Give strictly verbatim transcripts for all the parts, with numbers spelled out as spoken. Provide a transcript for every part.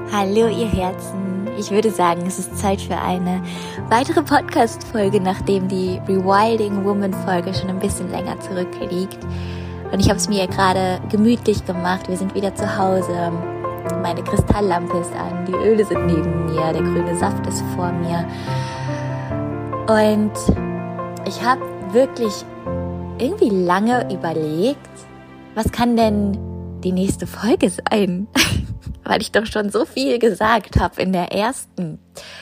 Hallo ihr Herzen, ich würde sagen, es ist Zeit für eine weitere Podcast-Folge, nachdem die Rewilding Woman-Folge schon ein bisschen länger zurückliegt. Und ich habe es mir gerade gemütlich gemacht, wir sind wieder zu Hause, meine Kristalllampe ist an, die Öle sind neben mir, der grüne Saft ist vor mir. Und ich habe wirklich irgendwie lange überlegt, was kann denn die nächste Folge sein? Weil ich doch schon so viel gesagt habe in der ersten.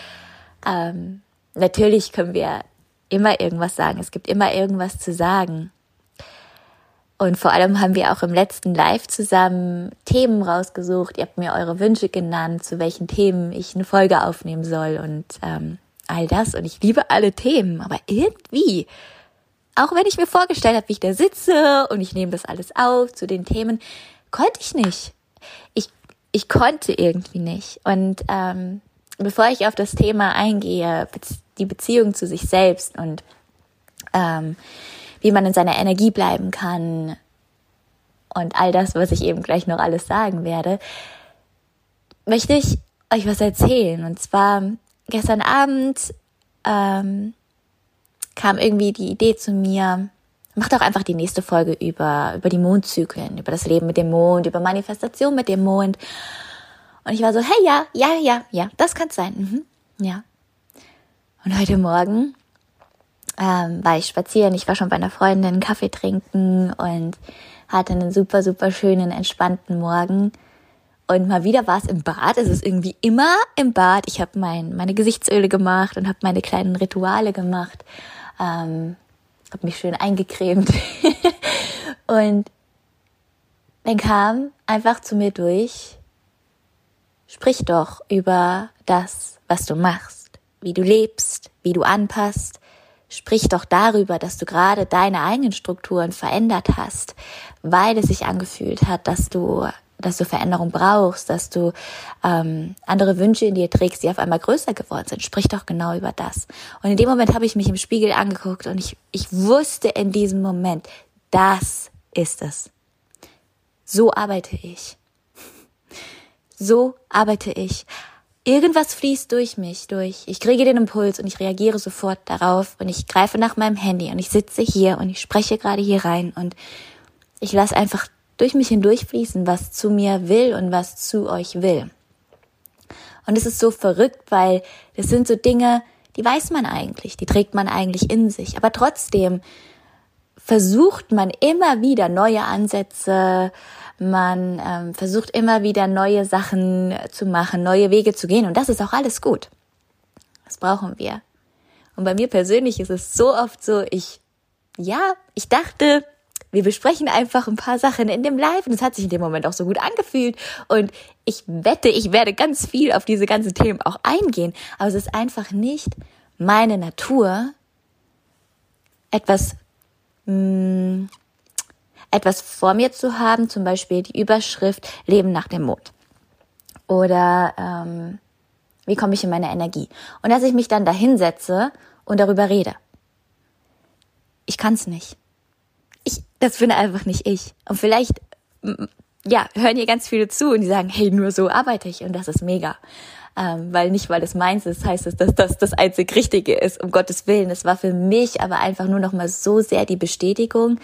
Ähm, natürlich können wir immer irgendwas sagen. Es gibt immer irgendwas zu sagen. Und vor allem haben wir auch im letzten Live zusammen Themen rausgesucht. Ihr habt mir eure Wünsche genannt, zu welchen Themen ich eine Folge aufnehmen soll und ähm, all das. Und ich liebe alle Themen, aber irgendwie, auch wenn ich mir vorgestellt habe, wie ich da sitze und ich nehme das alles auf zu den Themen, konnte ich nicht. Ich Ich konnte irgendwie nicht. Und ähm, bevor ich auf das Thema eingehe, die Beziehung zu sich selbst und ähm, wie man in seiner Energie bleiben kann und all das, was ich eben gleich noch alles sagen werde, möchte ich euch was erzählen. Und zwar gestern Abend ähm, kam irgendwie die Idee zu mir, mach doch einfach die nächste Folge über, über die Mondzyklen, über das Leben mit dem Mond, über Manifestation mit dem Mond. Und ich war so, hey, ja, ja, ja, ja, das kann's sein. Mhm, ja. Und heute Morgen ähm, war ich spazieren. Ich war schon bei einer Freundin einen Kaffee trinken und hatte einen super, super schönen, entspannten Morgen. Und mal wieder war es im Bad. Es ist irgendwie immer im Bad. Ich habe mein, meine Gesichtsöle gemacht und habe meine kleinen Rituale gemacht. Ähm, habe mich schön eingecremt. Und dann kam einfach zu mir durch, sprich doch über das, was du machst, wie du lebst, wie du anpasst. Sprich doch darüber, dass du gerade deine eigenen Strukturen verändert hast, weil es sich angefühlt hat, dass du, dass du Veränderung brauchst, dass du ähm, andere Wünsche in dir trägst, die auf einmal größer geworden sind. Sprich doch genau über das. Und in dem Moment habe ich mich im Spiegel angeguckt und ich, ich wusste in diesem Moment, das ist es. So arbeite ich. So arbeite ich. Irgendwas fließt durch mich, durch. Ich kriege den Impuls und ich reagiere sofort darauf und ich greife nach meinem Handy und ich sitze hier und ich spreche gerade hier rein und ich lasse einfach durch mich hindurch fließen, was zu mir will und was zu euch will. Und es ist so verrückt, weil das sind so Dinge, die weiß man eigentlich, die trägt man eigentlich in sich. Aber trotzdem versucht man immer wieder neue Ansätze, man ähm, versucht immer wieder neue Sachen zu machen, neue Wege zu gehen und das ist auch alles gut. Das brauchen wir. Und bei mir persönlich ist es so oft so, ich, ja, ich dachte, wir besprechen einfach ein paar Sachen in dem Live und es hat sich in dem Moment auch so gut angefühlt und ich wette, ich werde ganz viel auf diese ganzen Themen auch eingehen, aber es ist einfach nicht meine Natur, etwas mh, etwas vor mir zu haben, zum Beispiel die Überschrift Leben nach dem Mond oder ähm, wie komme ich in meine Energie und dass ich mich dann da hinsetze und darüber rede. Ich kann es nicht. Ich, das bin einfach nicht ich. Und vielleicht, ja, hören hier ganz viele zu und die sagen, hey, nur so arbeite ich und das ist mega. Ähm, weil nicht, weil es meins ist, heißt es, dass das das einzig Richtige ist, um Gottes Willen. Es war für mich aber einfach nur noch mal so sehr die Bestätigung,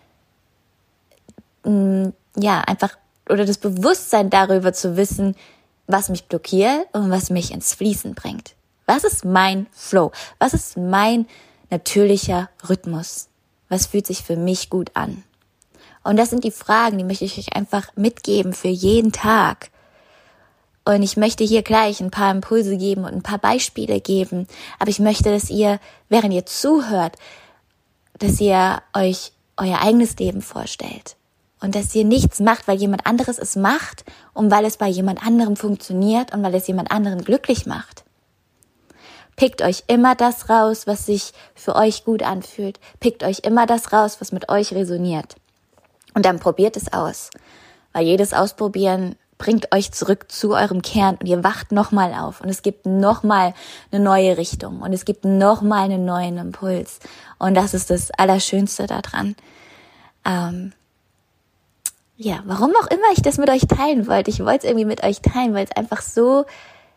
mh, ja, einfach, oder das Bewusstsein darüber zu wissen, was mich blockiert und was mich ins Fließen bringt. Was ist mein Flow? Was ist mein natürlicher Rhythmus? Was fühlt sich für mich gut an? Und das sind die Fragen, die möchte ich euch einfach mitgeben für jeden Tag. Und ich möchte hier gleich ein paar Impulse geben und ein paar Beispiele geben. Aber ich möchte, dass ihr, während ihr zuhört, dass ihr euch euer eigenes Leben vorstellt. Und dass ihr nichts macht, weil jemand anderes es macht und weil es bei jemand anderem funktioniert und weil es jemand anderen glücklich macht. Pickt euch immer das raus, was sich für euch gut anfühlt. Pickt euch immer das raus, was mit euch resoniert. Und dann probiert es aus. Weil jedes Ausprobieren bringt euch zurück zu eurem Kern und ihr wacht nochmal auf. Und es gibt nochmal eine neue Richtung. Und es gibt nochmal einen neuen Impuls. Und das ist das Allerschönste daran. Ähm, ja, warum auch immer ich das mit euch teilen wollte. Ich wollte es irgendwie mit euch teilen, weil es einfach so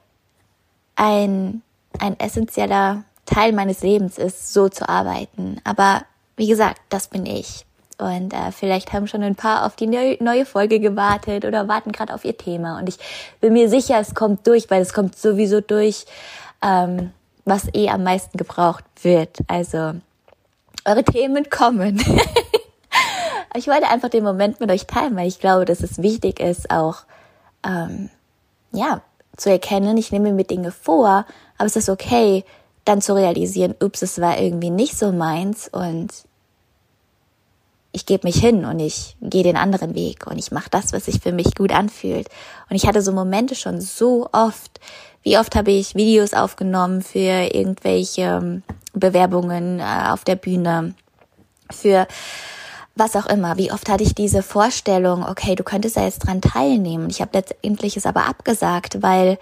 ein, ein essentieller Teil meines Lebens ist, so zu arbeiten. Aber wie gesagt, das bin ich. Und äh, vielleicht haben schon ein paar auf die neu, neue Folge gewartet oder warten gerade auf ihr Thema. Und ich bin mir sicher, es kommt durch, weil es kommt sowieso durch, ähm, was eh am meisten gebraucht wird. Also eure Themen kommen. Ich wollte einfach den Moment mit euch teilen, weil ich glaube, dass es wichtig ist, auch ähm, ja zu erkennen, ich nehme mir Dinge vor, aber es ist okay, dann zu realisieren, ups, es war irgendwie nicht so meins und ich gebe mich hin und ich gehe den anderen Weg und ich mache das, was sich für mich gut anfühlt. Und ich hatte so Momente schon so oft. Wie oft habe ich Videos aufgenommen für irgendwelche Bewerbungen äh, auf der Bühne, für was auch immer. Wie oft hatte ich diese Vorstellung, okay, du könntest ja jetzt dran teilnehmen. Ich habe letztendlich es aber abgesagt, weil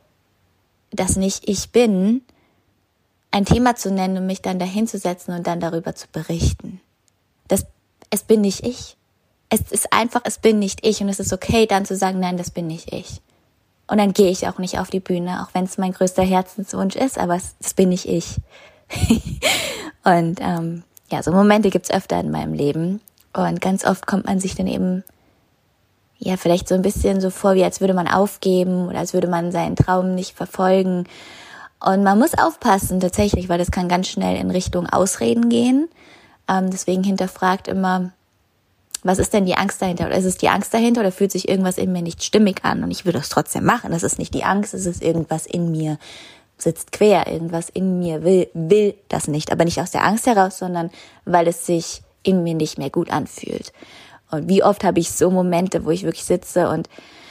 das nicht ich bin, ein Thema zu nennen und mich dann dahin zu setzen und dann darüber zu berichten. Das Es bin nicht ich. Es ist einfach, es bin nicht ich. Und es ist okay, dann zu sagen, nein, das bin nicht ich. Und dann gehe ich auch nicht auf die Bühne, auch wenn es mein größter Herzenswunsch ist, aber es, das bin nicht ich. Und ähm, ja, so Momente gibt's öfter in meinem Leben. Und ganz oft kommt man sich dann eben, ja, vielleicht so ein bisschen so vor, wie als würde man aufgeben oder als würde man seinen Traum nicht verfolgen. Und man muss aufpassen tatsächlich, weil das kann ganz schnell in Richtung Ausreden gehen. Ähm, deswegen hinterfragt immer, was ist denn die Angst dahinter? Oder ist es die Angst dahinter oder fühlt sich irgendwas in mir nicht stimmig an? Und ich würde es trotzdem machen. Das ist nicht die Angst, es ist irgendwas in mir, sitzt quer. Irgendwas in mir will, will das nicht. Aber nicht aus der Angst heraus, sondern weil es sich in mir nicht mehr gut anfühlt. Und wie oft habe ich so Momente, wo ich wirklich sitze und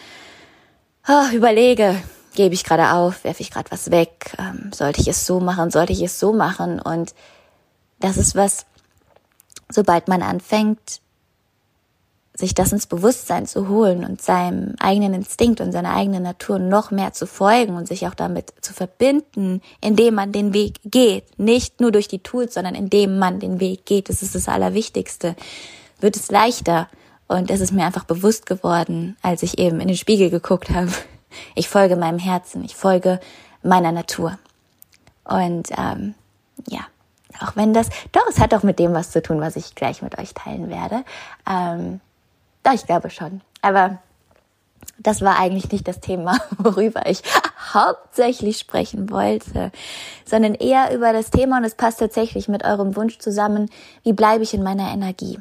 oh, überlege, gebe ich gerade auf, werfe ich gerade was weg, ähm, sollte ich es so machen, sollte ich es so machen? Und das ist was, sobald man anfängt, sich das ins Bewusstsein zu holen und seinem eigenen Instinkt und seiner eigenen Natur noch mehr zu folgen und sich auch damit zu verbinden, indem man den Weg geht, nicht nur durch die Tools, sondern indem man den Weg geht, das ist das Allerwichtigste, wird es leichter. Und es ist mir einfach bewusst geworden, als ich eben in den Spiegel geguckt habe. Ich folge meinem Herzen, ich folge meiner Natur. Und ähm, ja, auch wenn das, doch, es hat auch mit dem was zu tun, was ich gleich mit euch teilen werde. Ähm, doch, ich glaube schon. Aber das war eigentlich nicht das Thema, worüber ich hauptsächlich sprechen wollte, sondern eher über das Thema, und es passt tatsächlich mit eurem Wunsch zusammen, wie bleibe ich in meiner Energie?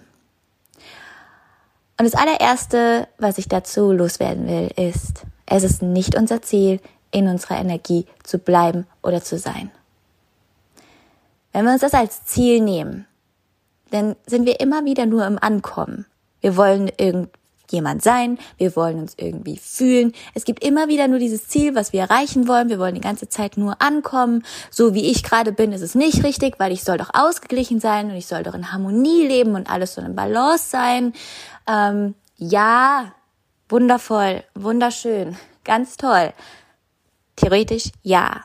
Und das allererste, was ich dazu loswerden will, ist, es ist nicht unser Ziel, in unserer Energie zu bleiben oder zu sein. Wenn wir uns das als Ziel nehmen, dann sind wir immer wieder nur im Ankommen. Wir wollen irgendjemand sein, wir wollen uns irgendwie fühlen. Es gibt immer wieder nur dieses Ziel, was wir erreichen wollen. Wir wollen die ganze Zeit nur ankommen. So wie ich gerade bin, ist es nicht richtig, weil ich soll doch ausgeglichen sein und ich soll doch in Harmonie leben und alles soll in Balance sein. Ähm, ja, wundervoll, wunderschön, ganz toll. Theoretisch ja.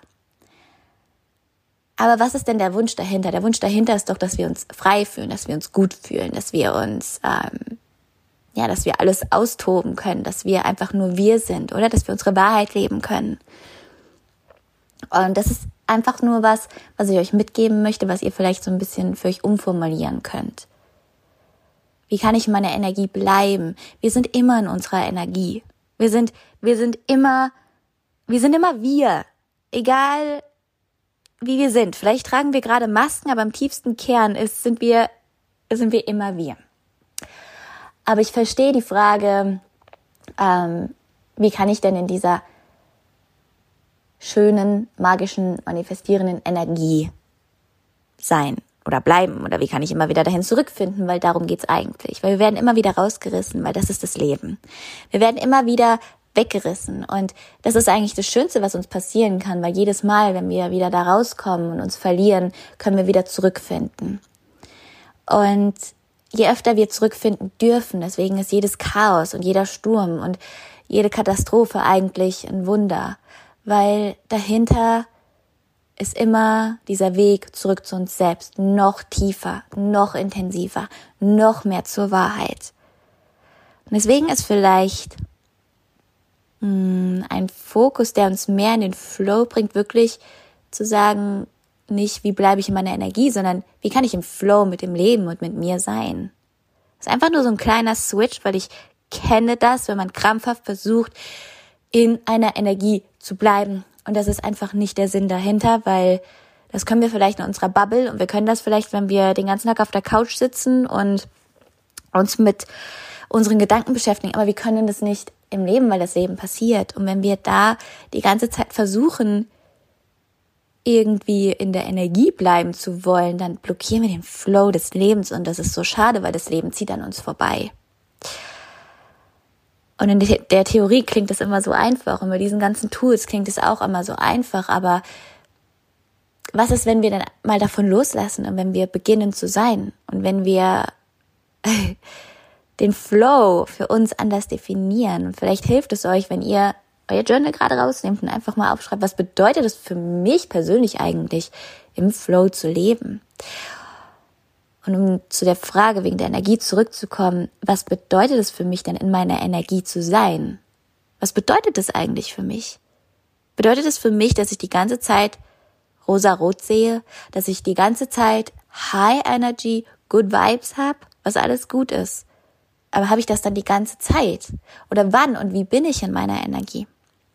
Aber was ist denn der Wunsch dahinter? Der Wunsch dahinter ist doch, dass wir uns frei fühlen, dass wir uns gut fühlen, dass wir uns, ähm, ja, dass wir alles austoben können, dass wir einfach nur wir sind, oder? Dass wir unsere Wahrheit leben können. Und das ist einfach nur was, was ich euch mitgeben möchte, was ihr vielleicht so ein bisschen für euch umformulieren könnt. Wie kann ich in meiner Energie bleiben? Wir sind immer in unserer Energie. Wir sind, wir sind immer, wir sind immer wir. Egal, wie wir sind. Vielleicht tragen wir gerade Masken, aber im tiefsten Kern ist, sind wir, sind wir immer wir. Aber ich verstehe die Frage, ähm, wie kann ich denn in dieser schönen, magischen, manifestierenden Energie sein oder bleiben? Oder wie kann ich immer wieder dahin zurückfinden? Weil darum geht's eigentlich. Weil wir werden immer wieder rausgerissen, weil das ist das Leben. Wir werden immer wieder weggerissen. Und das ist eigentlich das Schönste, was uns passieren kann, weil jedes Mal, wenn wir wieder da rauskommen und uns verlieren, können wir wieder zurückfinden. Und je öfter wir zurückfinden dürfen, deswegen ist jedes Chaos und jeder Sturm und jede Katastrophe eigentlich ein Wunder, weil dahinter ist immer dieser Weg zurück zu uns selbst, noch tiefer, noch intensiver, noch mehr zur Wahrheit. Und deswegen ist vielleicht mh, ein Fokus, der uns mehr in den Flow bringt, wirklich zu sagen, nicht wie bleibe ich in meiner Energie, sondern wie kann ich im Flow mit dem Leben und mit mir sein. Das ist einfach nur so ein kleiner Switch, weil ich kenne das, wenn man krampfhaft versucht, in einer Energie zu bleiben. Und das ist einfach nicht der Sinn dahinter, weil das können wir vielleicht in unserer Bubble und wir können das vielleicht, wenn wir den ganzen Tag auf der Couch sitzen und uns mit unseren Gedanken beschäftigen. Aber wir können das nicht im Leben, weil das Leben passiert. Und wenn wir da die ganze Zeit versuchen, irgendwie in der Energie bleiben zu wollen, dann blockieren wir den Flow des Lebens und das ist so schade, weil das Leben zieht an uns vorbei. Und in der Theorie klingt das immer so einfach und bei diesen ganzen Tools klingt es auch immer so einfach, aber was ist, wenn wir dann mal davon loslassen und wenn wir beginnen zu sein und wenn wir den Flow für uns anders definieren? Und vielleicht hilft es euch, wenn ihr euer Journal gerade rausnehmt und einfach mal aufschreibt, was bedeutet es für mich persönlich eigentlich, im Flow zu leben? Und um zu der Frage wegen der Energie zurückzukommen, was bedeutet es für mich denn, in meiner Energie zu sein? Was bedeutet es eigentlich für mich? Bedeutet es für mich, dass ich die ganze Zeit rosa-rot sehe, dass ich die ganze Zeit High Energy, Good Vibes habe, was alles gut ist? Aber habe ich das dann die ganze Zeit? Oder wann und wie bin ich in meiner Energie?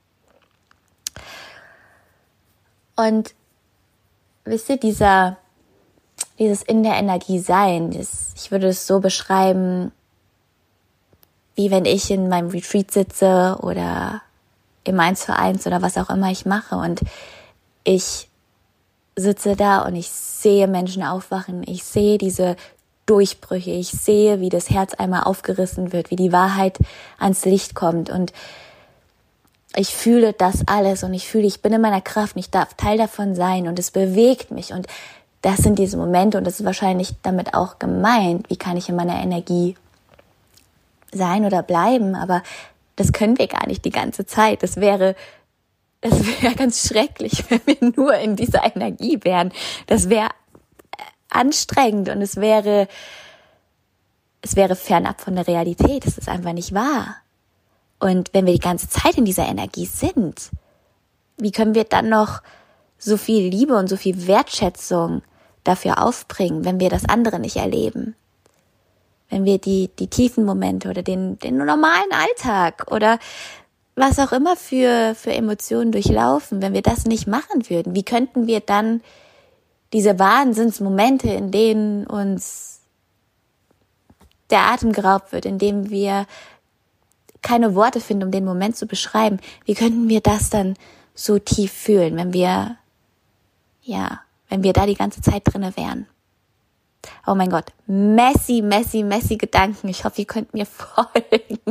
Und wisst ihr, dieser, dieses in der Energie sein, das, ich würde es so beschreiben, wie wenn ich in meinem Retreat sitze oder im eins zu eins oder was auch immer ich mache und ich sitze da und ich sehe Menschen aufwachen, ich sehe diese Durchbrüche, ich sehe, wie das Herz einmal aufgerissen wird, wie die Wahrheit ans Licht kommt und ich fühle das alles und ich fühle, ich bin in meiner Kraft und ich darf Teil davon sein und es bewegt mich und das sind diese Momente und das ist wahrscheinlich damit auch gemeint, wie kann ich in meiner Energie sein oder bleiben, aber das können wir gar nicht die ganze Zeit. Das wäre, das wäre ganz schrecklich, wenn wir nur in dieser Energie wären. Das wäre anstrengend und es wäre, es wäre fernab von der Realität. Das ist einfach nicht wahr. Und wenn wir die ganze Zeit in dieser Energie sind, wie können wir dann noch so viel Liebe und so viel Wertschätzung dafür aufbringen, wenn wir das andere nicht erleben? Wenn wir die, die tiefen Momente oder den, den normalen Alltag oder was auch immer für, für Emotionen durchlaufen, wenn wir das nicht machen würden, wie könnten wir dann diese Wahnsinnsmomente, in denen uns der Atem geraubt wird, in denen wir keine Worte finden, um den Moment zu beschreiben, wie könnten wir das dann so tief fühlen, wenn wir, ja, wenn wir da die ganze Zeit drinne wären? Oh mein Gott, messy, messy, messy Gedanken. Ich hoffe, ihr könnt mir folgen.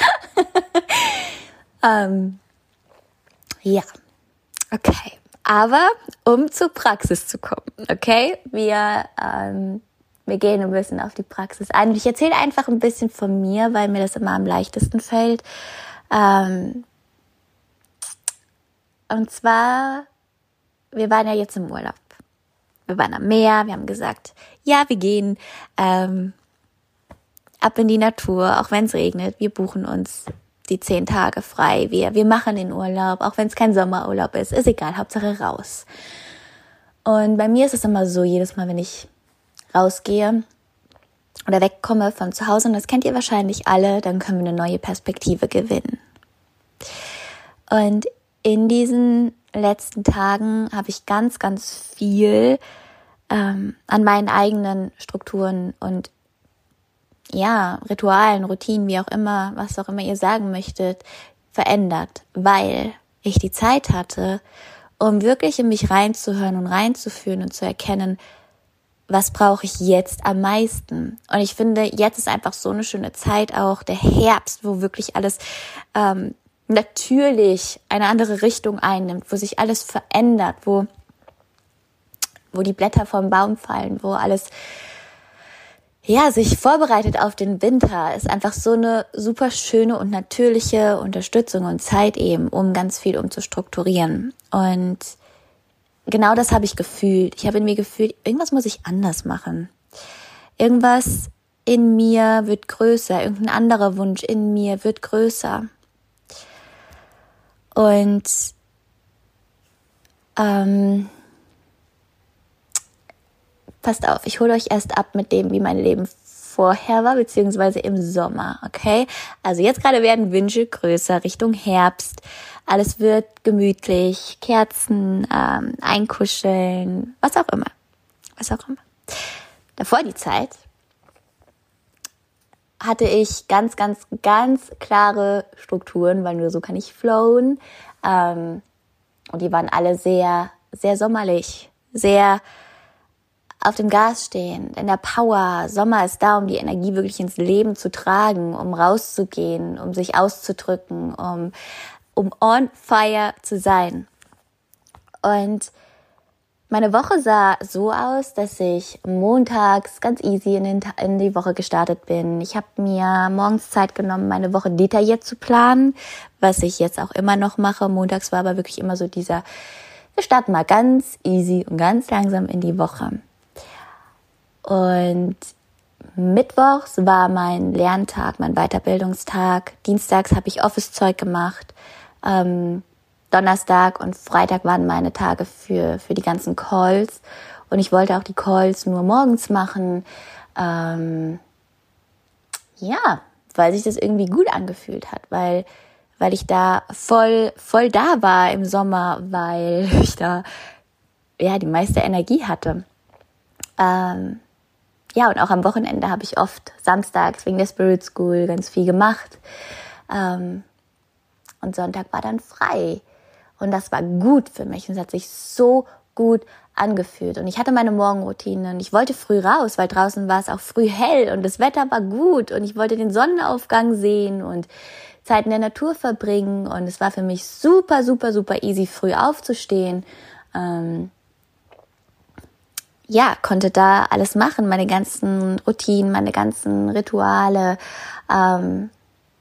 ähm, ja, okay. Aber um zur Praxis zu kommen, okay? Wir, ähm, wir gehen ein bisschen auf die Praxis ein. Und ich erzähle einfach ein bisschen von mir, weil mir das immer am leichtesten fällt. Ähm, und zwar, wir waren ja jetzt im Urlaub. Wir waren am Meer, wir haben gesagt, ja, wir gehen ähm, ab in die Natur, auch wenn es regnet. Wir buchen uns die zehn Tage frei. Wir, wir machen den Urlaub, auch wenn es kein Sommerurlaub ist. Ist egal, Hauptsache raus. Und bei mir ist es immer so, jedes Mal, wenn ich rausgehe oder wegkomme von zu Hause, und das kennt ihr wahrscheinlich alle, dann können wir eine neue Perspektive gewinnen. Und in diesen letzten Tagen habe ich ganz, ganz viel ähm, an meinen eigenen Strukturen und ja, Ritualen, Routinen, wie auch immer, was auch immer ihr sagen möchtet, verändert, weil ich die Zeit hatte, um wirklich in mich reinzuhören und reinzufühlen und zu erkennen, was brauche ich jetzt am meisten. Und ich finde, jetzt ist einfach so eine schöne Zeit auch, der Herbst, wo wirklich alles ähm, natürlich eine andere Richtung einnimmt, wo sich alles verändert, wo, wo die Blätter vom Baum fallen, wo alles ja, sich vorbereitet auf den Winter, ist einfach so eine super schöne und natürliche Unterstützung und Zeit eben, um ganz viel umzustrukturieren. Und genau das habe ich gefühlt. Ich habe in mir gefühlt, irgendwas muss ich anders machen. Irgendwas, in mir wird größer, irgendein anderer Wunsch in mir wird größer. Und ähm, passt auf, ich hole euch erst ab mit dem, wie mein Leben vorher war, beziehungsweise im Sommer, okay? Also jetzt gerade werden Wünsche größer, Richtung Herbst. Alles wird gemütlich, Kerzen, ähm, einkuscheln, was auch immer. Was auch immer. Davor die Zeit hatte ich ganz, ganz, ganz klare Strukturen, weil nur so kann ich flowen. Ähm, und die waren alle sehr, sehr sommerlich, sehr auf dem Gas stehen, in der Power. Sommer ist da, um die Energie wirklich ins Leben zu tragen, um rauszugehen, um sich auszudrücken, um, um on fire zu sein. Und meine Woche sah so aus, dass ich montags ganz easy in, den, in die Woche gestartet bin. Ich habe mir morgens Zeit genommen, meine Woche detailliert zu planen, was ich jetzt auch immer noch mache. Montags war aber wirklich immer so dieser, wir starten mal ganz easy und ganz langsam in die Woche. Und mittwochs war mein Lerntag, mein Weiterbildungstag. Dienstags habe ich Office-Zeug gemacht. Ähm, Donnerstag und Freitag waren meine Tage für für die ganzen Calls. Und ich wollte auch die Calls nur morgens machen. Ähm, ja, weil sich das irgendwie gut angefühlt hat. Weil weil ich da voll voll da war im Sommer, weil ich da ja die meiste Energie hatte. Ähm, Ja, und auch am Wochenende habe ich oft samstags wegen der Spirit School ganz viel gemacht. Ähm, und Sonntag war dann frei. Und das war gut für mich. Und es hat sich so gut angefühlt. Und ich hatte meine Morgenroutine und ich wollte früh raus, weil draußen war es auch früh hell und das Wetter war gut. Und ich wollte den Sonnenaufgang sehen und Zeit in der Natur verbringen. Und es war für mich super, super, super easy, früh aufzustehen. Ähm, Ja, konnte da alles machen, meine ganzen Routinen, meine ganzen Rituale. Ähm,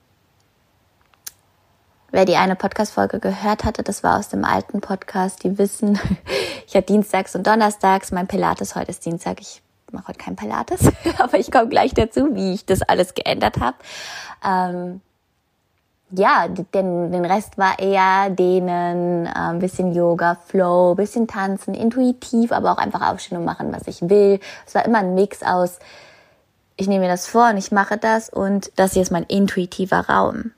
wer die eine Podcast-Folge gehört hatte, das war aus dem alten Podcast, die wissen, ich hatte dienstags und donnerstags mein Pilates, heute ist Dienstag, ich mache heute kein Pilates, aber ich komme gleich dazu, wie ich das alles geändert habe. Ähm, Ja, denn den Rest war eher dehnen, ein bisschen Yoga, Flow, bisschen tanzen, intuitiv, aber auch einfach aufstehen und machen, was ich will. Es war immer ein Mix aus, ich nehme mir das vor und ich mache das und das hier ist mein intuitiver Raum.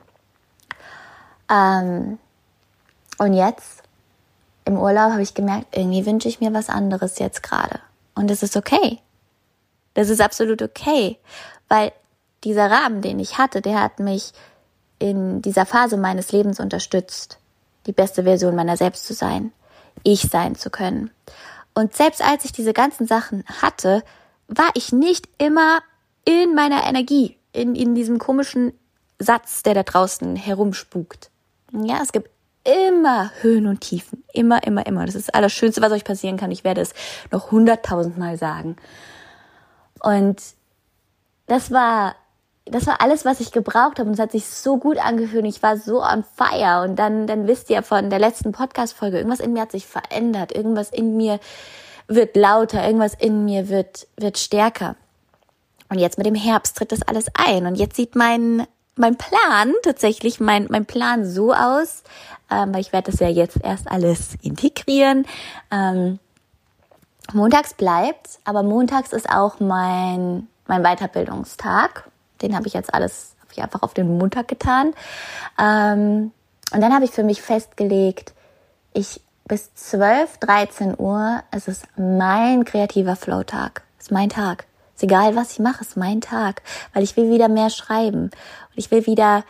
Ähm, und jetzt, im Urlaub, habe ich gemerkt, irgendwie wünsche ich mir was anderes jetzt gerade. Und das ist okay. Das ist absolut okay, weil dieser Rahmen, den ich hatte, der hat mich in dieser Phase meines Lebens unterstützt, die beste Version meiner selbst zu sein, ich sein zu können. Und selbst als ich diese ganzen Sachen hatte, war ich nicht immer in meiner Energie, in, in diesem komischen Satz, der da draußen herumspukt. Ja, es gibt immer Höhen und Tiefen, immer, immer, immer. Das ist das Allerschönste, was euch passieren kann. Ich werde es noch hunderttausendmal sagen. Und das war Das war alles, was ich gebraucht habe und es hat sich so gut angefühlt. Ich war so on fire und dann, dann wisst ihr von der letzten Podcast-Folge, irgendwas in mir hat sich verändert, irgendwas in mir wird lauter, irgendwas in mir wird, wird stärker. Und jetzt mit dem Herbst tritt das alles ein und jetzt sieht mein, mein Plan, tatsächlich mein, mein Plan so aus, ähm, weil ich werde das ja jetzt erst alles integrieren. Ähm, montags bleibt's, aber montags ist auch mein, mein Weiterbildungstag. Den habe ich jetzt alles, habe ich einfach auf den Montag getan. Ähm, und dann habe ich für mich festgelegt, ich bis zwölf, dreizehn Uhr, es ist mein kreativer Flow-Tag. Es ist mein Tag. Ist egal, was ich mache, es ist mein Tag. Weil ich will wieder mehr schreiben. Und ich will wieder,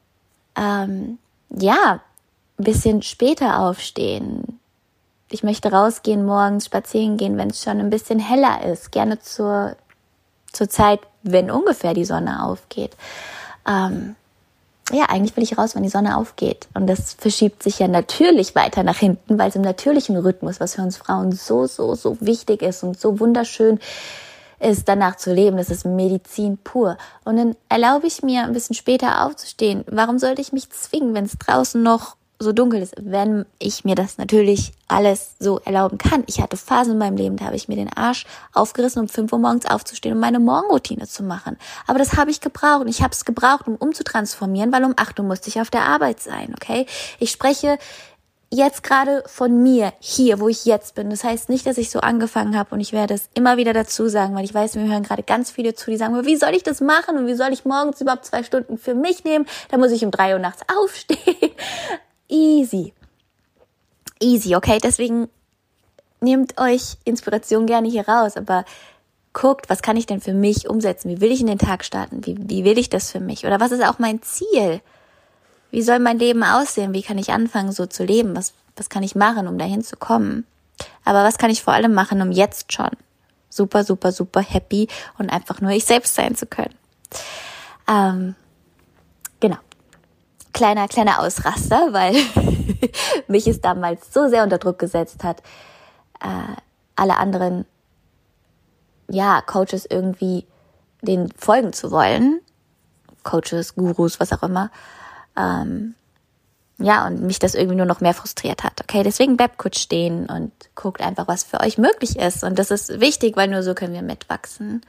ähm, ja, ein bisschen später aufstehen. Ich möchte rausgehen morgens, spazieren gehen, wenn es schon ein bisschen heller ist. Gerne zur zur Zeit, wenn ungefähr die Sonne aufgeht. Ähm, ja, eigentlich will ich raus, wenn die Sonne aufgeht. Und das verschiebt sich ja natürlich weiter nach hinten, weil es im natürlichen Rhythmus, was für uns Frauen so, so, so wichtig ist und so wunderschön ist, danach zu leben. Das ist Medizin pur. Und dann erlaube ich mir, ein bisschen später aufzustehen. Warum sollte ich mich zwingen, wenn es draußen noch so dunkel ist, wenn ich mir das natürlich alles so erlauben kann. Ich hatte Phasen in meinem Leben, da habe ich mir den Arsch aufgerissen, um fünf Uhr morgens aufzustehen und meine Morgenroutine zu machen. Aber das habe ich gebraucht und ich habe es gebraucht, um umzutransformieren, weil um acht Uhr musste ich auf der Arbeit sein, okay? Ich spreche jetzt gerade von mir, hier, wo ich jetzt bin. Das heißt nicht, dass ich so angefangen habe und ich werde es immer wieder dazu sagen, weil ich weiß, mir hören gerade ganz viele zu, die sagen, wie soll ich das machen und wie soll ich morgens überhaupt zwei Stunden für mich nehmen? Da muss ich um drei Uhr nachts aufstehen. Easy. Easy, okay? Deswegen nehmt euch Inspiration gerne hier raus, aber guckt, was kann ich denn für mich umsetzen? Wie will ich in den Tag starten? Wie, wie will ich das für mich? Oder was ist auch mein Ziel? Wie soll mein Leben aussehen? Wie kann ich anfangen, so zu leben? Was, was kann ich machen, um dahin zu kommen? Aber was kann ich vor allem machen, um jetzt schon super, super, super happy und einfach nur ich selbst sein zu können? Ähm, genau. Kleiner, kleiner Ausraster, weil mich es damals so sehr unter Druck gesetzt hat, äh, alle anderen, ja, Coaches irgendwie denen folgen zu wollen. Coaches, Gurus, was auch immer. Ähm, ja, und mich das irgendwie nur noch mehr frustriert hat. Okay, deswegen bleibt kurz stehen und guckt einfach, was für euch möglich ist. Und das ist wichtig, weil nur so können wir mitwachsen.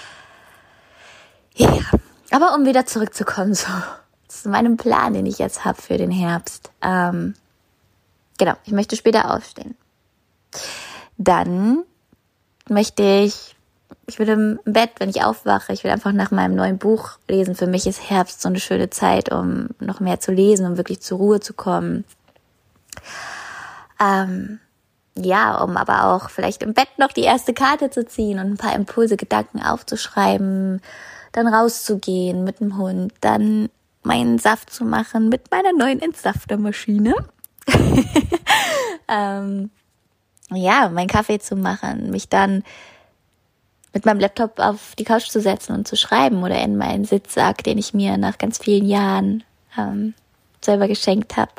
Ja, aber um wieder zurückzukommen, so zu meinem Plan, den ich jetzt habe für den Herbst. Ähm, genau, ich möchte später aufstehen. Dann möchte ich, ich will im Bett, wenn ich aufwache, ich will einfach nach meinem neuen Buch lesen. Für mich ist Herbst so eine schöne Zeit, um noch mehr zu lesen, um wirklich zur Ruhe zu kommen. Ähm, ja, um aber auch vielleicht im Bett noch die erste Karte zu ziehen und ein paar Impulse, Gedanken aufzuschreiben, dann rauszugehen mit dem Hund, dann meinen Saft zu machen mit meiner neuen Entsaftermaschine. ähm, ja, meinen Kaffee zu machen, mich dann mit meinem Laptop auf die Couch zu setzen und zu schreiben oder in meinen Sitzsack, den ich mir nach ganz vielen Jahren ähm, selber geschenkt habe.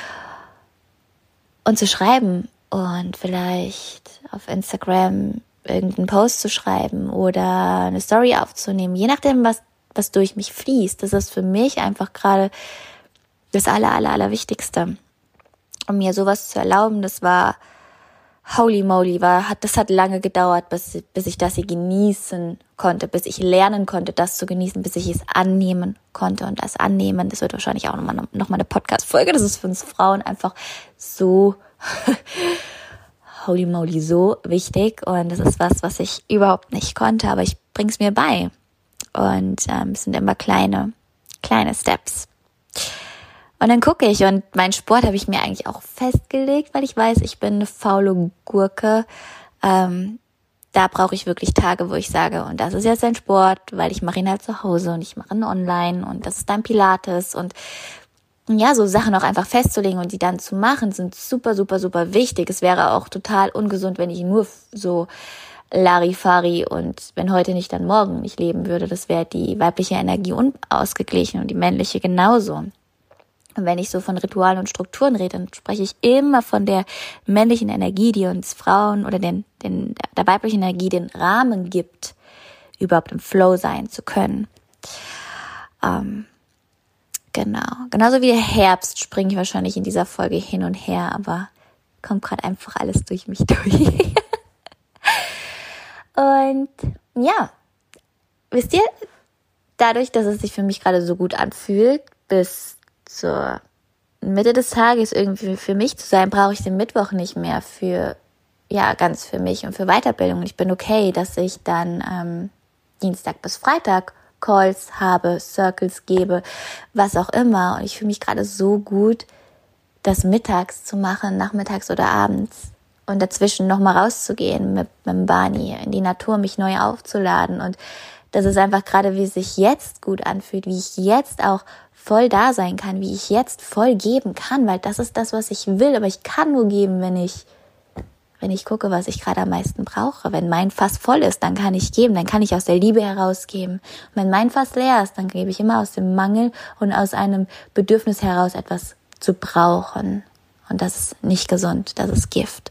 Und zu schreiben und vielleicht auf Instagram irgendeinen Post zu schreiben oder eine Story aufzunehmen, je nachdem, was was durch mich fließt. Das ist für mich einfach gerade das aller, aller, aller Wichtigste. Um mir sowas zu erlauben, das war holy moly, war, hat, das hat lange gedauert, bis, bis ich das hier genießen konnte, bis ich lernen konnte, das zu genießen, bis ich es annehmen konnte. Und das Annehmen, das wird wahrscheinlich auch nochmal noch mal eine Podcast-Folge. Das ist für uns Frauen einfach so holy moly, so wichtig. Und das ist was, was ich überhaupt nicht konnte, aber ich bring's mir bei. Und ähm, es sind immer kleine, kleine Steps. Und dann gucke ich und meinen Sport habe ich mir eigentlich auch festgelegt, weil ich weiß, ich bin eine faule Gurke. Ähm, da brauche ich wirklich Tage, wo ich sage, und das ist jetzt ein Sport, weil ich mache ihn halt zu Hause und ich mache ihn online und das ist dann Pilates. Und ja, so Sachen auch einfach festzulegen und die dann zu machen, sind super, super, super wichtig. Es wäre auch total ungesund, wenn ich nur so Larifari und wenn heute nicht, dann morgen nicht leben würde. Das wäre die weibliche Energie unausgeglichen und die männliche genauso. Und wenn ich so von Ritualen und Strukturen rede, dann spreche ich immer von der männlichen Energie, die uns Frauen oder den, den, der weiblichen Energie den Rahmen gibt, überhaupt im Flow sein zu können. Ähm, genau. Genauso wie der Herbst springe ich wahrscheinlich in dieser Folge hin und her, aber kommt gerade einfach alles durch mich durch. Und ja, wisst ihr, dadurch, dass es sich für mich gerade so gut anfühlt, bis zur Mitte des Tages irgendwie für mich zu sein, brauche ich den Mittwoch nicht mehr für, ja, ganz für mich und für Weiterbildung. Und ich bin okay, dass ich dann ähm, Dienstag bis Freitag Calls habe, Circles gebe, was auch immer. Und ich fühle mich gerade so gut, das mittags zu machen, nachmittags oder abends. Und dazwischen nochmal rauszugehen mit, mit dem Barney, in die Natur, mich neu aufzuladen. Und das ist einfach gerade, wie es sich jetzt gut anfühlt, wie ich jetzt auch voll da sein kann, wie ich jetzt voll geben kann, weil das ist das, was ich will. Aber ich kann nur geben, wenn ich, wenn ich gucke, was ich gerade am meisten brauche. Wenn mein Fass voll ist, dann kann ich geben, dann kann ich aus der Liebe herausgeben. Und wenn mein Fass leer ist, dann gebe ich immer aus dem Mangel und aus einem Bedürfnis heraus, etwas zu brauchen. Und das ist nicht gesund, das ist Gift.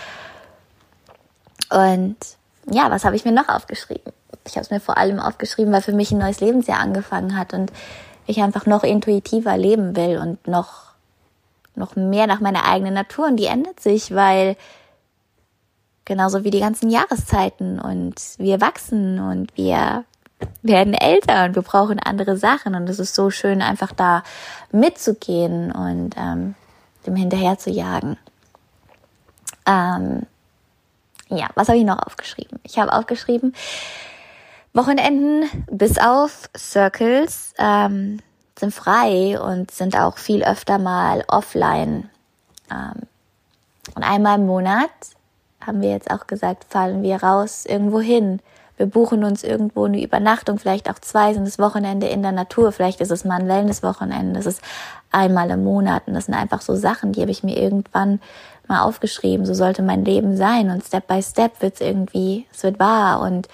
Und ja, was habe ich mir noch aufgeschrieben? Ich habe es mir vor allem aufgeschrieben, weil für mich ein neues Lebensjahr angefangen hat und ich einfach noch intuitiver leben will und noch noch mehr nach meiner eigenen Natur und die ändert sich, weil genauso wie die ganzen Jahreszeiten und wir wachsen und wir werden älter und wir brauchen andere Sachen und es ist so schön, einfach da mitzugehen und ähm, dem hinterher zu jagen. Ähm, ja, was habe ich noch aufgeschrieben? Ich habe aufgeschrieben, Wochenenden bis auf Circles ähm, sind frei und sind auch viel öfter mal offline. Ähm, und einmal im Monat, haben wir jetzt auch gesagt, fahren wir raus irgendwo hin. Wir buchen uns irgendwo eine Übernachtung, vielleicht auch zwei, sind das Wochenende in der Natur, vielleicht ist es mal ein Wellness-Wochenende, das ist einmal im Monat und das sind einfach so Sachen, die habe ich mir irgendwann mal aufgeschrieben, so sollte mein Leben sein und Step by Step wird es irgendwie, es wird wahr und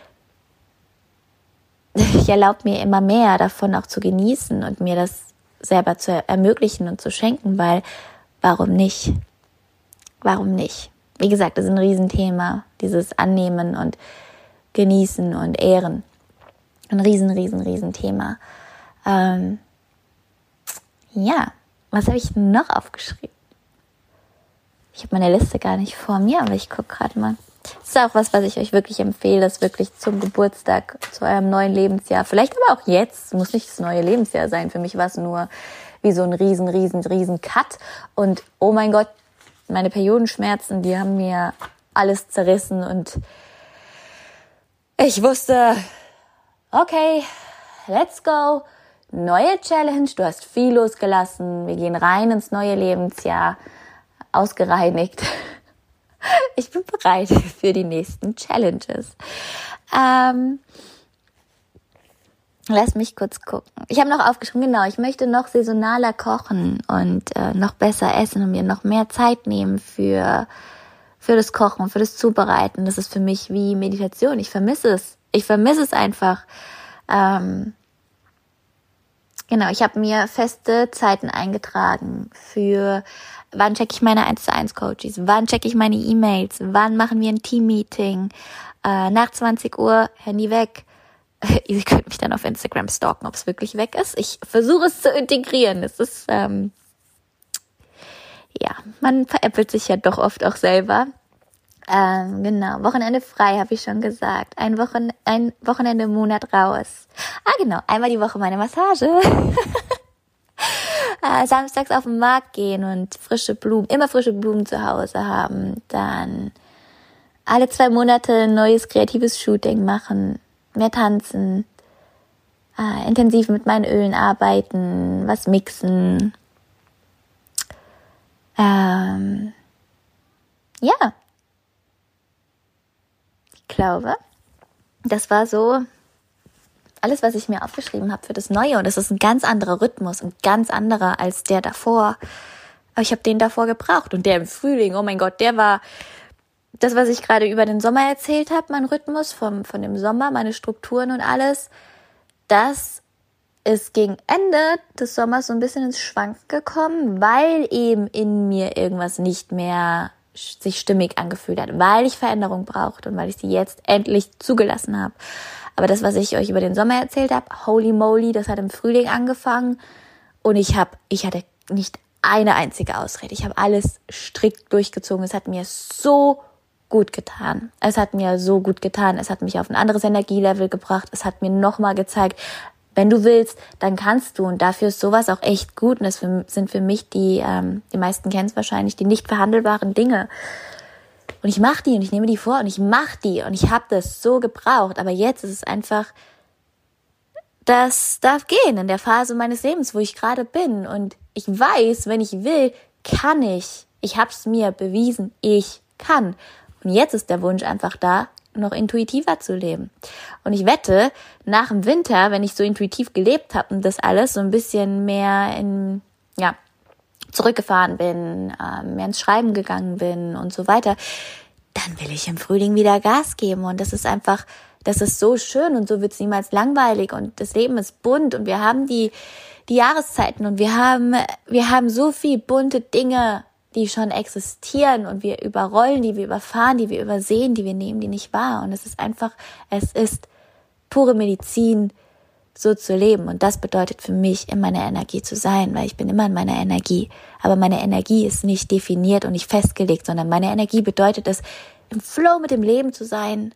ich erlaube mir immer mehr davon auch zu genießen und mir das selber zu ermöglichen und zu schenken, weil warum nicht? Warum nicht? Wie gesagt, das ist ein Riesenthema, dieses Annehmen und Genießen und Ehren. Ein riesen, riesen, riesen Thema. Ähm, ja, was habe ich noch aufgeschrieben? Ich habe meine Liste gar nicht vor mir, aber ich gucke gerade mal. Das ist auch was, was ich euch wirklich empfehle, das wirklich zum Geburtstag, zu eurem neuen Lebensjahr. Vielleicht aber auch jetzt, muss nicht das neue Lebensjahr sein. Für mich war es nur wie so ein riesen, riesen, riesen Cut. Und oh mein Gott, meine Periodenschmerzen, die haben mir alles zerrissen und ich wusste, okay, let's go, neue Challenge, du hast viel losgelassen, wir gehen rein ins neue Lebensjahr, ausgereinigt. Ich bin bereit für die nächsten Challenges. Ähm, lass mich kurz gucken. Ich habe noch aufgeschrieben, genau, ich möchte noch saisonaler kochen und äh, noch besser essen und mir noch mehr Zeit nehmen für für das Kochen, für das Zubereiten. Das ist für mich wie Meditation. Ich vermisse es. Ich vermisse es einfach. Ähm, genau, ich habe mir feste Zeiten eingetragen für wann checke ich meine eins zu eins Coaches, wann checke ich meine E-Mails, wann machen wir ein Team-Meeting, äh, nach zwanzig Uhr, Handy weg. Ihr könnt mich dann auf Instagram stalken, ob es wirklich weg ist. Ich versuche es zu integrieren. Es ist, ähm, ja, man veräppelt sich ja doch oft auch selber. Ähm, genau, Wochenende frei, habe ich schon gesagt. Ein, Wochen, ein Wochenende im Monat raus. Ah, genau, einmal die Woche meine Massage. äh, samstags auf den Markt gehen und frische Blumen, immer frische Blumen zu Hause haben. Dann alle zwei Monate ein neues kreatives Shooting machen, mehr tanzen, äh, intensiv mit meinen Ölen arbeiten, was mixen. Ähm, ja, ich glaube, das war so alles, was ich mir aufgeschrieben habe für das Neue. Und das ist ein ganz anderer Rhythmus, ein ganz anderer als der davor. Aber ich habe den davor gebraucht. Und der im Frühling, oh mein Gott, der war das, was ich gerade über den Sommer erzählt habe, mein Rhythmus vom, von dem Sommer, meine Strukturen und alles, das ist gegen Ende des Sommers so ein bisschen ins Schwanken gekommen, weil eben in mir irgendwas nicht mehr sich stimmig angefühlt hat, weil ich Veränderung brauchte und weil ich sie jetzt endlich zugelassen habe. Aber das, was ich euch über den Sommer erzählt habe, holy moly, das hat im Frühling angefangen und ich habe, ich hatte nicht eine einzige Ausrede. Ich habe alles strikt durchgezogen. Es hat mir so gut getan. Es hat mir so gut getan. Es hat mich auf ein anderes Energielevel gebracht. Es hat mir nochmal gezeigt, wenn du willst, dann kannst du. Und dafür ist sowas auch echt gut. Und das sind für mich die, ähm, die meisten kennen es wahrscheinlich, die nicht verhandelbaren Dinge. Und ich mache die und ich nehme die vor und ich mache die. Und ich habe das so gebraucht. Aber jetzt ist es einfach, das darf gehen in der Phase meines Lebens, wo ich gerade bin. Und ich weiß, wenn ich will, kann ich. Ich habe es mir bewiesen, ich kann. Und jetzt ist der Wunsch einfach da, noch intuitiver zu leben. Und ich wette, nach dem Winter, wenn ich so intuitiv gelebt habe und das alles so ein bisschen mehr in, ja, zurückgefahren bin, äh, mehr ins Schreiben gegangen bin und so weiter, dann will ich im Frühling wieder Gas geben. Und das ist einfach, das ist so schön und so wird es niemals langweilig und das Leben ist bunt und wir haben die, die Jahreszeiten und wir haben, wir haben so viel bunte Dinge, die schon existieren und wir überrollen die, wir überfahren die, wir übersehen die, wir nehmen die nicht wahr. Und es ist einfach, es ist pure Medizin so zu leben. Und das bedeutet für mich, in meiner Energie zu sein, weil ich bin immer in meiner Energie. Aber meine Energie ist nicht definiert und nicht festgelegt, sondern meine Energie bedeutet es, im Flow mit dem Leben zu sein,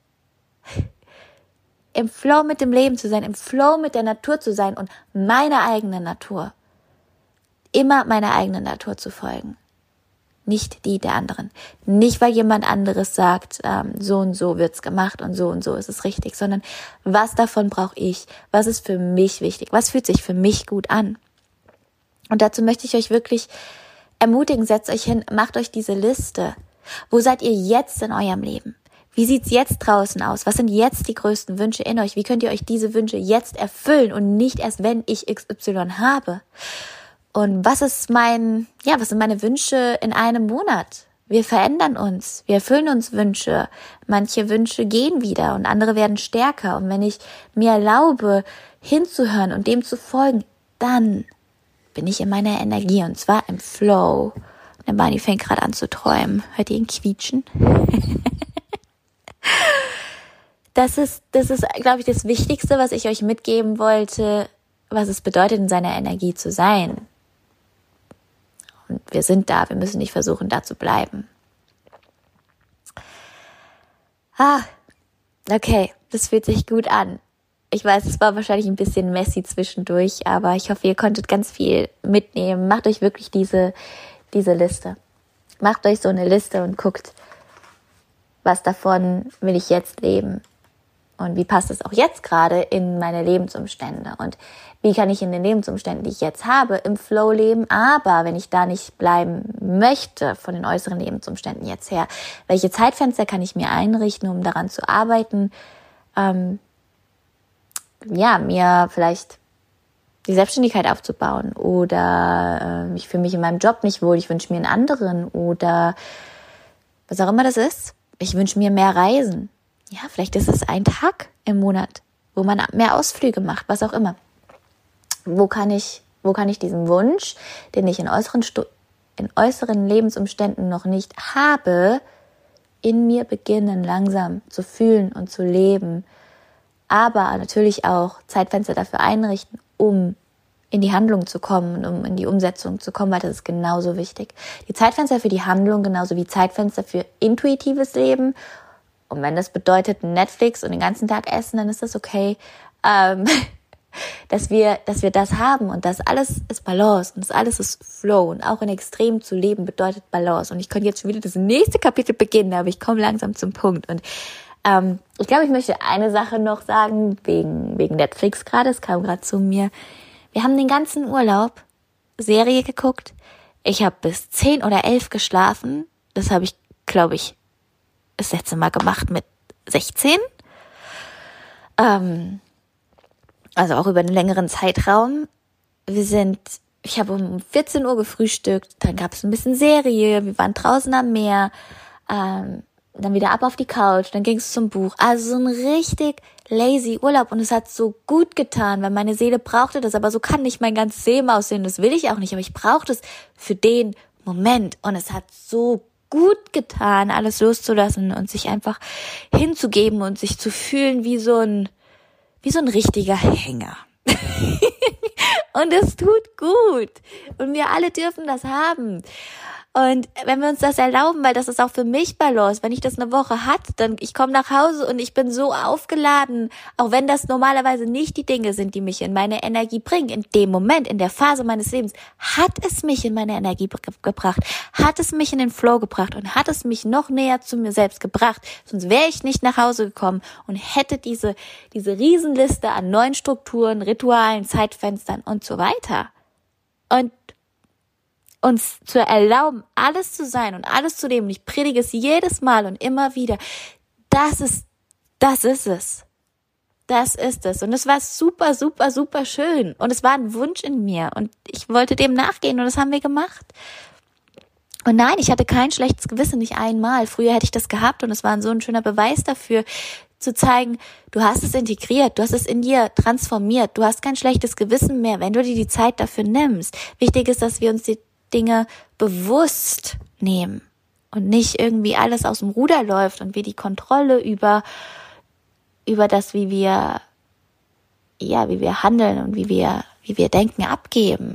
im Flow mit dem Leben zu sein, im Flow mit der Natur zu sein und meiner eigenen Natur, immer meiner eigenen Natur zu folgen. Nicht die der anderen. Nicht, weil jemand anderes sagt, ähm, so und so wird's gemacht und so und so ist es richtig, sondern was davon brauche ich? Was ist für mich wichtig? Was fühlt sich für mich gut an? Und dazu möchte ich euch wirklich ermutigen, setzt euch hin, macht euch diese Liste. Wo seid ihr jetzt in eurem Leben? Wie sieht's jetzt draußen aus? Was sind jetzt die größten Wünsche in euch? Wie könnt ihr euch diese Wünsche jetzt erfüllen und nicht erst, wenn ich X Y habe? Und was ist mein, ja, was sind meine Wünsche in einem Monat? Wir verändern uns, wir erfüllen uns Wünsche. Manche Wünsche gehen wieder und andere werden stärker. Und wenn ich mir erlaube, hinzuhören und dem zu folgen, dann bin ich in meiner Energie und zwar im Flow. Und der Barney fängt gerade an zu träumen. Hört ihr ihn quietschen? Das ist, das ist, glaube ich, das Wichtigste, was ich euch mitgeben wollte, was es bedeutet, in seiner Energie zu sein. Und wir sind da, wir müssen nicht versuchen, da zu bleiben. Ah, okay, das fühlt sich gut an. Ich weiß, es war wahrscheinlich ein bisschen messy zwischendurch, aber ich hoffe, ihr konntet ganz viel mitnehmen. Macht euch wirklich diese, diese Liste. Macht euch so eine Liste und guckt, was davon will ich jetzt leben. Und wie passt es auch jetzt gerade in meine Lebensumstände? Und wie kann ich in den Lebensumständen, die ich jetzt habe, im Flow leben? Aber wenn ich da nicht bleiben möchte von den äußeren Lebensumständen jetzt her, welche Zeitfenster kann ich mir einrichten, um daran zu arbeiten? Ähm, ja, mir vielleicht die Selbstständigkeit aufzubauen oder äh, ich fühle mich in meinem Job nicht wohl, ich wünsche mir einen anderen oder was auch immer das ist. Ich wünsche mir mehr Reisen. Ja, vielleicht ist es ein Tag im Monat, wo man mehr Ausflüge macht, was auch immer. Wo kann ich, wo kann ich diesen Wunsch, den ich in äußeren, Stu- in äußeren Lebensumständen noch nicht habe, in mir beginnen, langsam zu fühlen und zu leben, aber natürlich auch Zeitfenster dafür einrichten, um in die Handlung zu kommen und um in die Umsetzung zu kommen, weil das ist genauso wichtig. Die Zeitfenster für die Handlung genauso wie Zeitfenster für intuitives Leben. Und wenn das bedeutet Netflix und den ganzen Tag essen, dann ist das okay, ähm, dass wir, dass wir das haben und das alles ist Balance und das alles ist Flow und auch in Extrem zu leben bedeutet Balance. Und ich könnte jetzt schon wieder das nächste Kapitel beginnen, aber ich komme langsam zum Punkt. Und ähm, ich glaube, ich möchte eine Sache noch sagen wegen wegen Netflix gerade. Es kam gerade zu mir. Wir haben den ganzen Urlaub Serie geguckt. Ich habe bis zehn oder elf geschlafen. Das habe ich, glaube ich, das letzte Mal gemacht mit sechzehn. Ähm, also auch über einen längeren Zeitraum. Wir sind, ich habe um vierzehn Uhr gefrühstückt, dann gab es ein bisschen Serie, wir waren draußen am Meer, ähm, dann wieder ab auf die Couch, dann ging es zum Buch. Also so ein richtig lazy Urlaub und es hat so gut getan, weil meine Seele brauchte das, aber so kann nicht mein ganzes Leben aussehen, das will ich auch nicht, aber ich brauche das für den Moment und es hat so gut getan, alles loszulassen und sich einfach hinzugeben und sich zu fühlen wie so ein, wie so ein richtiger Hänger. Und es tut gut. Und wir alle dürfen das haben. Und wenn wir uns das erlauben, weil das ist auch für mich Balance, wenn ich das eine Woche hat, dann ich komme nach Hause und ich bin so aufgeladen, auch wenn das normalerweise nicht die Dinge sind, die mich in meine Energie bringen. In dem Moment, in der Phase meines Lebens, hat es mich in meine Energie ge- gebracht, hat es mich in den Flow gebracht und hat es mich noch näher zu mir selbst gebracht. Sonst wäre ich nicht nach Hause gekommen und hätte diese, diese Riesenliste an neuen Strukturen, Ritualen, Zeitfenstern und so weiter. Und uns zu erlauben, alles zu sein und alles zu leben. Und ich predige es jedes Mal und immer wieder. Das ist, das ist es. Das ist es. Und es war super, super, super schön. Und es war ein Wunsch in mir. Und ich wollte dem nachgehen und das haben wir gemacht. Und nein, ich hatte kein schlechtes Gewissen, nicht einmal. Früher hätte ich das gehabt und es war so ein schöner Beweis dafür, zu zeigen, du hast es integriert, du hast es in dir transformiert, du hast kein schlechtes Gewissen mehr, wenn du dir die Zeit dafür nimmst. Wichtig ist, dass wir uns die Dinge bewusst nehmen und nicht irgendwie alles aus dem Ruder läuft und wir die Kontrolle über über das, wie wir ja, wie wir handeln und wie wir, wie wir denken, abgeben.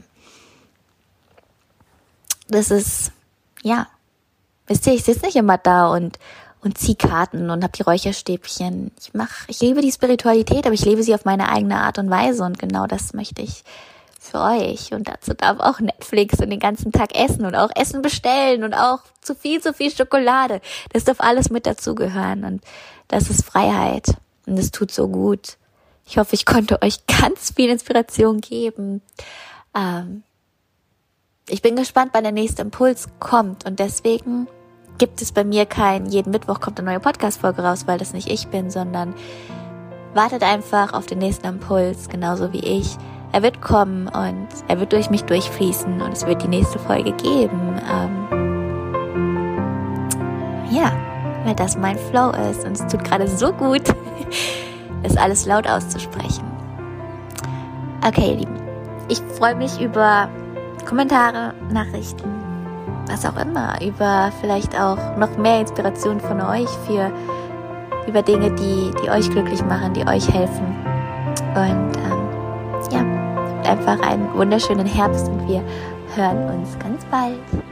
Das ist, ja, wisst ihr, ich sitze nicht immer da und und zieh Karten und hab die Räucherstäbchen. Ich mach, ich liebe die Spiritualität, aber ich lebe sie auf meine eigene Art und Weise und genau das möchte ich für euch. Und dazu darf auch Netflix und den ganzen Tag essen und auch Essen bestellen und auch zu viel, zu viel Schokolade. Das darf alles mit dazugehören und das ist Freiheit und das tut so gut. Ich hoffe, ich konnte euch ganz viel Inspiration geben. Ähm, ich bin gespannt, wann der nächste Impuls kommt und deswegen gibt es bei mir kein, jeden Mittwoch kommt eine neue Podcast-Folge raus, weil das nicht ich bin, sondern wartet einfach auf den nächsten Impuls, genauso wie ich. Er wird kommen und er wird durch mich durchfließen und es wird die nächste Folge geben. Ähm, ja, weil das mein Flow ist und es tut gerade so gut, das alles laut auszusprechen. Okay, ihr Lieben, ich freue mich über Kommentare, Nachrichten, was auch immer, über vielleicht auch noch mehr Inspiration von euch für über Dinge, die die euch glücklich machen, die euch helfen. Und ähm, ja, habt einfach einen wunderschönen Herbst und wir hören uns ganz bald.